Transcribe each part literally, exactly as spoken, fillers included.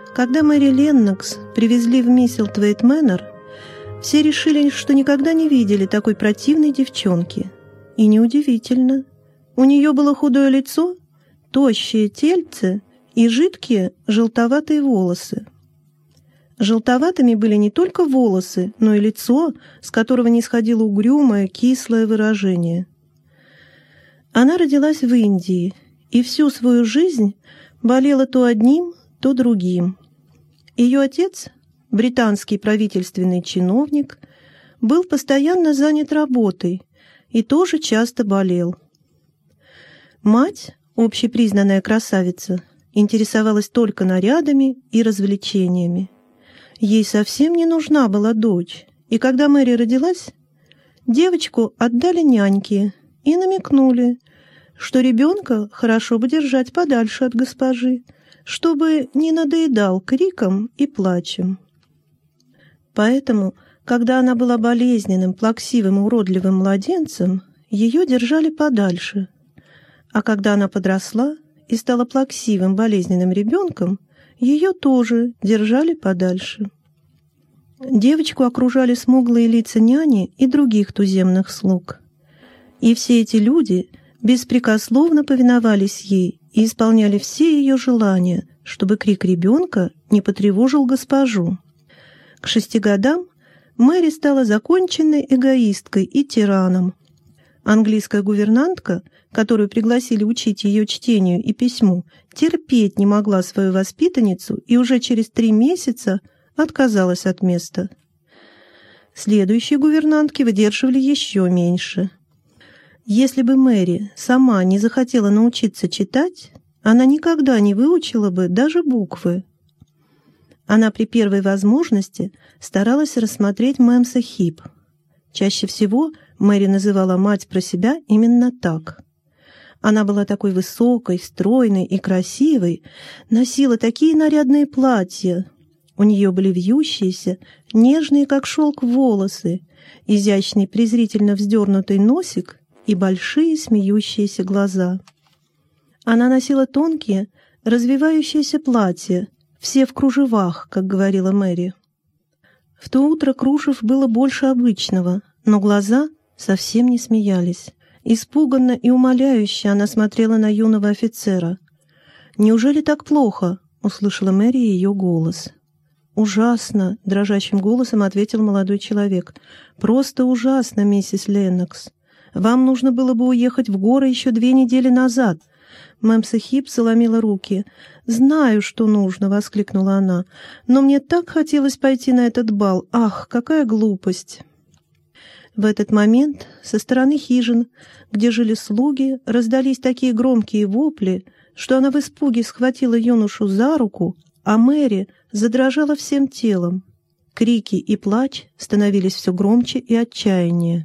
Когда Мэри Леннокс привезли в Мисселтвейт Мэнор, все решили, что никогда не видели такой противной девчонки. И неудивительно. У нее было худое лицо, тощее тельце и жидкие желтоватые волосы. Желтоватыми были не только волосы, но и лицо, с которого не сходило угрюмое, кислое выражение. Она родилась в Индии и всю свою жизнь болела то одним, то другим. Ее отец, британский правительственный чиновник, был постоянно занят работой и тоже часто болел. Мать, общепризнанная красавица, интересовалась только нарядами и развлечениями. Ей совсем не нужна была дочь, и когда Мэри родилась, девочку отдали няньке и намекнули, что ребенка хорошо бы держать подальше от госпожи, чтобы не надоедал криком и плачем. Поэтому, когда она была болезненным, плаксивым и уродливым младенцем, ее держали подальше, а когда она подросла и стала плаксивым, болезненным ребенком, ее тоже держали подальше. Девочку окружали смуглые лица няни и других туземных слуг. И все эти люди беспрекословно повиновались ей и исполняли все ее желания, чтобы крик ребенка не потревожил госпожу. К шести годам Мэри стала законченной эгоисткой и тираном. Английская гувернантка, которую пригласили учить ее чтению и письму, терпеть не могла свою воспитанницу и уже через три месяца отказалась от места. Следующие гувернантки выдерживали еще меньше. Если бы Мэри сама не захотела научиться читать, она никогда не выучила бы даже буквы. Она при первой возможности старалась рассмотреть Мэмса Хип. Чаще всего Мэри называла мать про себя именно так. Она была такой высокой, стройной и красивой, носила такие нарядные платья. У нее были вьющиеся, нежные, как шелк, волосы, изящный презрительно вздернутый носик и большие смеющиеся глаза. Она носила тонкие, развивающиеся платья, все в кружевах, как говорила Мэри. В то утро кружев было больше обычного, но глаза совсем не смеялись. Испуганно и умоляюще она смотрела на юного офицера. «Неужели так плохо?» — услышала Мэри ее голос. «Ужасно!» — дрожащим голосом ответил молодой человек. «Просто ужасно, миссис Леннокс. Вам нужно было бы уехать в горы еще две недели назад». Мэмса Хип заломила руки. «Знаю, что нужно!» — воскликнула она. «Но мне так хотелось пойти на этот бал! Ах, какая глупость!» В этот момент со стороны хижин, где жили слуги, раздались такие громкие вопли, что она в испуге схватила юношу за руку, а Мэри задрожала всем телом. Крики и плач становились все громче и отчаяннее.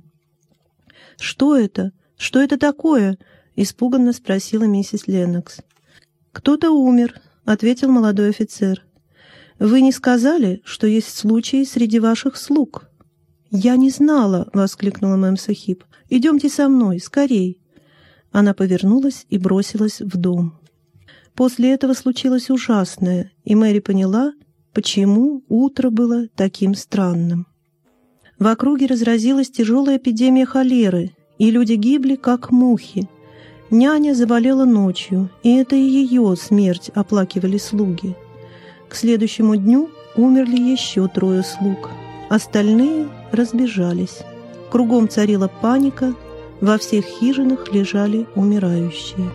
«Что это? Что это такое?» — испуганно спросила миссис Леннокс. «Кто-то умер», — ответил молодой офицер. «Вы не сказали, что есть случаи среди ваших слуг?» «Я не знала!» — воскликнула Мэмса Хип. «Идемте со мной, скорей!» Она повернулась и бросилась в дом. После этого случилось ужасное, и Мэри поняла, почему утро было таким странным. В округе разразилась тяжелая эпидемия холеры, и люди гибли, как мухи. Няня заболела ночью, и это и ее смерть оплакивали слуги. К следующему дню умерли еще трое слуг. Остальные разбежались. Кругом царила паника, во всех хижинах лежали умирающие.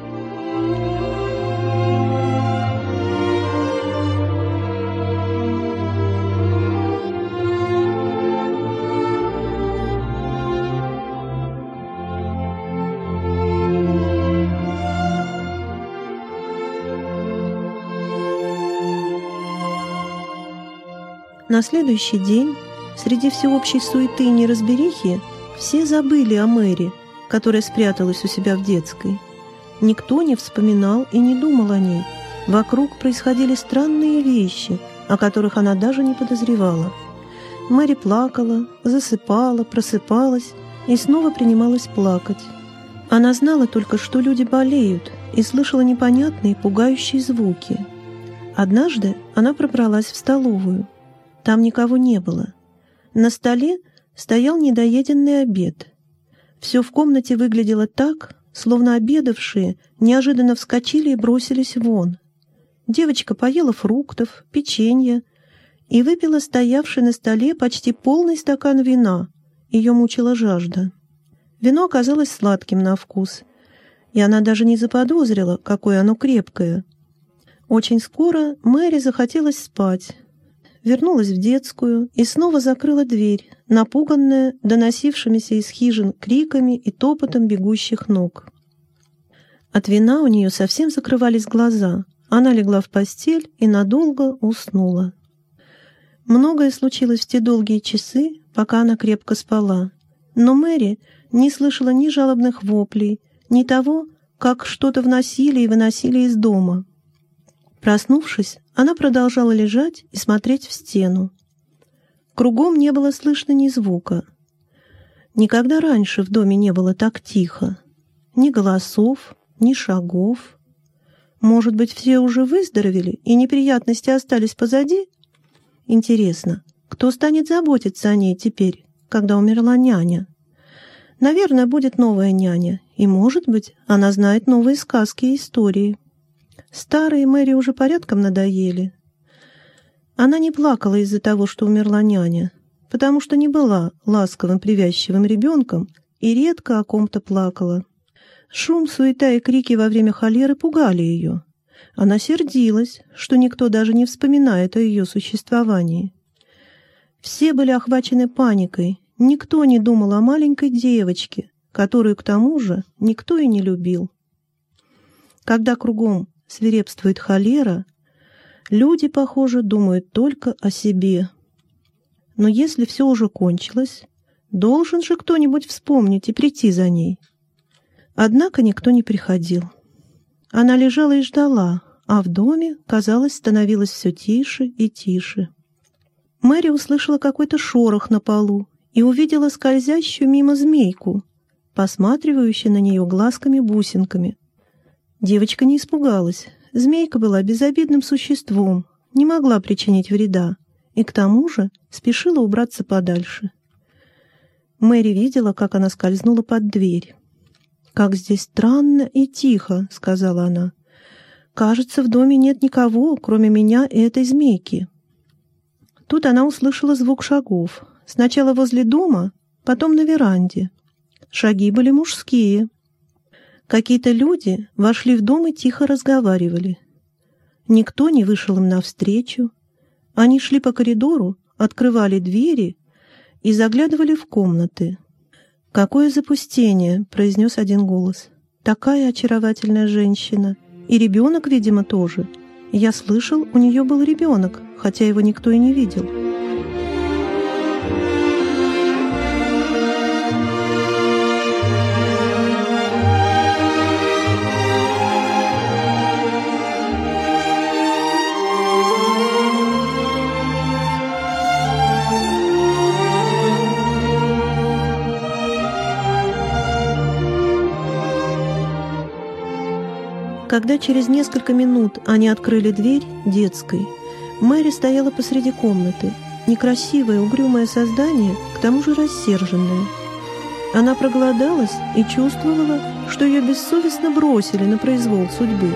На следующий день, среди всеобщей суеты и неразберихи, все забыли о Мэри, которая спряталась у себя в детской. Никто не вспоминал и не думал о ней. Вокруг происходили странные вещи, о которых она даже не подозревала. Мэри плакала, засыпала, просыпалась и снова принималась плакать. Она знала только, что люди болеют, и слышала непонятные, пугающие звуки. Однажды она пробралась в столовую. Там никого не было. На столе стоял недоеденный обед. Все в комнате выглядело так, словно обедавшие неожиданно вскочили и бросились вон. Девочка поела фруктов, печенья и выпила стоявший на столе почти полный стакан вина. Ее мучила жажда. Вино оказалось сладким на вкус, и она даже не заподозрила, какое оно крепкое. Очень скоро Мэри захотелось спать. Вернулась в детскую и снова закрыла дверь, напуганная доносившимися из хижин криками и топотом бегущих ног. От вина у нее совсем закрывались глаза. Она легла в постель и надолго уснула. Многое случилось в те долгие часы, пока она крепко спала. Но Мэри не слышала ни жалобных воплей, ни того, как что-то вносили и выносили из дома. Проснувшись, она продолжала лежать и смотреть в стену. Кругом не было слышно ни звука. Никогда раньше в доме не было так тихо. Ни голосов, ни шагов. Может быть, все уже выздоровели, и неприятности остались позади? Интересно, кто станет заботиться о ней теперь, когда умерла няня? Наверное, будет новая няня, и, может быть, она знает новые сказки и истории. Старые Мэри уже порядком надоели. Она не плакала из-за того, что умерла няня, потому что не была ласковым, привязчивым ребенком и редко о ком-то плакала. Шум, суета и крики во время холеры пугали ее. Она сердилась, что никто даже не вспоминает о ее существовании. Все были охвачены паникой, никто не думал о маленькой девочке, которую, к тому же, никто и не любил. Когда кругом свирепствует холера, люди, похоже, думают только о себе. Но если все уже кончилось, должен же кто-нибудь вспомнить и прийти за ней. Однако никто не приходил. Она лежала и ждала, а в доме, казалось, становилось все тише и тише. Мэри услышала какой-то шорох на полу и увидела скользящую мимо змейку, посматривающую на нее глазками-бусинками. Девочка не испугалась. Змейка была безобидным существом, не могла причинить вреда, и к тому же спешила убраться подальше. Мэри видела, как она скользнула под дверь. «Как здесь странно и тихо», — сказала она. «Кажется, в доме нет никого, кроме меня и этой змейки». Тут она услышала звук шагов. Сначала возле дома, потом на веранде. Шаги были мужские. Какие-то люди вошли в дом и тихо разговаривали. Никто не вышел им навстречу. Они шли по коридору, открывали двери и заглядывали в комнаты. «Какое запустение!» — произнес один голос. «Такая очаровательная женщина. И ребенок, видимо, тоже. Я слышал, у нее был ребенок, хотя его никто и не видел». Когда через несколько минут они открыли дверь детской, Мэри стояла посреди комнаты, некрасивое, угрюмое создание, к тому же рассерженное. Она проголодалась и чувствовала, что ее бессовестно бросили на произвол судьбы.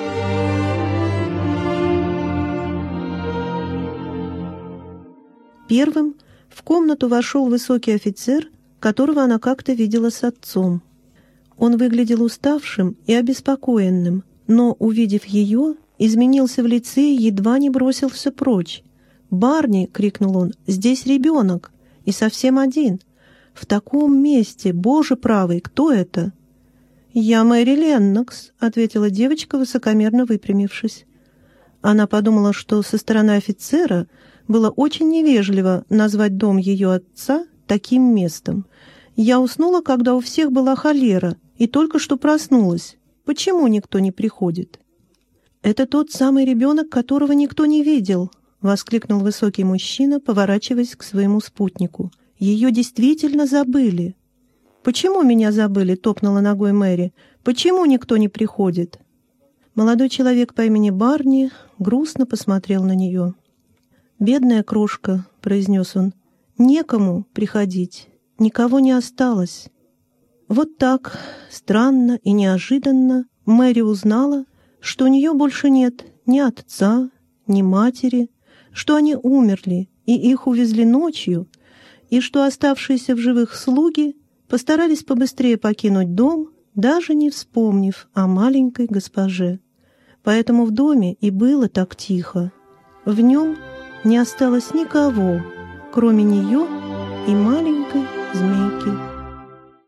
Первым в комнату вошел высокий офицер, которого она как-то видела с отцом. Он выглядел уставшим и обеспокоенным, но, увидев ее, изменился в лице и едва не бросился прочь. «Барни!» — крикнул он. «Здесь ребенок! И совсем один! В таком месте! Боже правый! Кто это?» «Я Мэри Леннокс», — ответила девочка, высокомерно выпрямившись. Она подумала, что со стороны офицера было очень невежливо назвать дом ее отца таким местом. «Я уснула, когда у всех была холера, и только что проснулась. Почему никто не приходит?» «Это тот самый ребенок, которого никто не видел», — воскликнул высокий мужчина, поворачиваясь к своему спутнику. «Ее действительно забыли». «Почему меня забыли?» — топнула ногой Мэри. «Почему никто не приходит?» Молодой человек по имени Барни грустно посмотрел на нее. «Бедная крошка», — произнес он, — «некому приходить, никого не осталось». Вот так, странно и неожиданно, Мэри узнала, что у нее больше нет ни отца, ни матери, что они умерли, и их увезли ночью, и что оставшиеся в живых слуги постарались побыстрее покинуть дом, даже не вспомнив о маленькой госпоже. Поэтому в доме и было так тихо. В нем не осталось никого, кроме нее и маленькой змейки.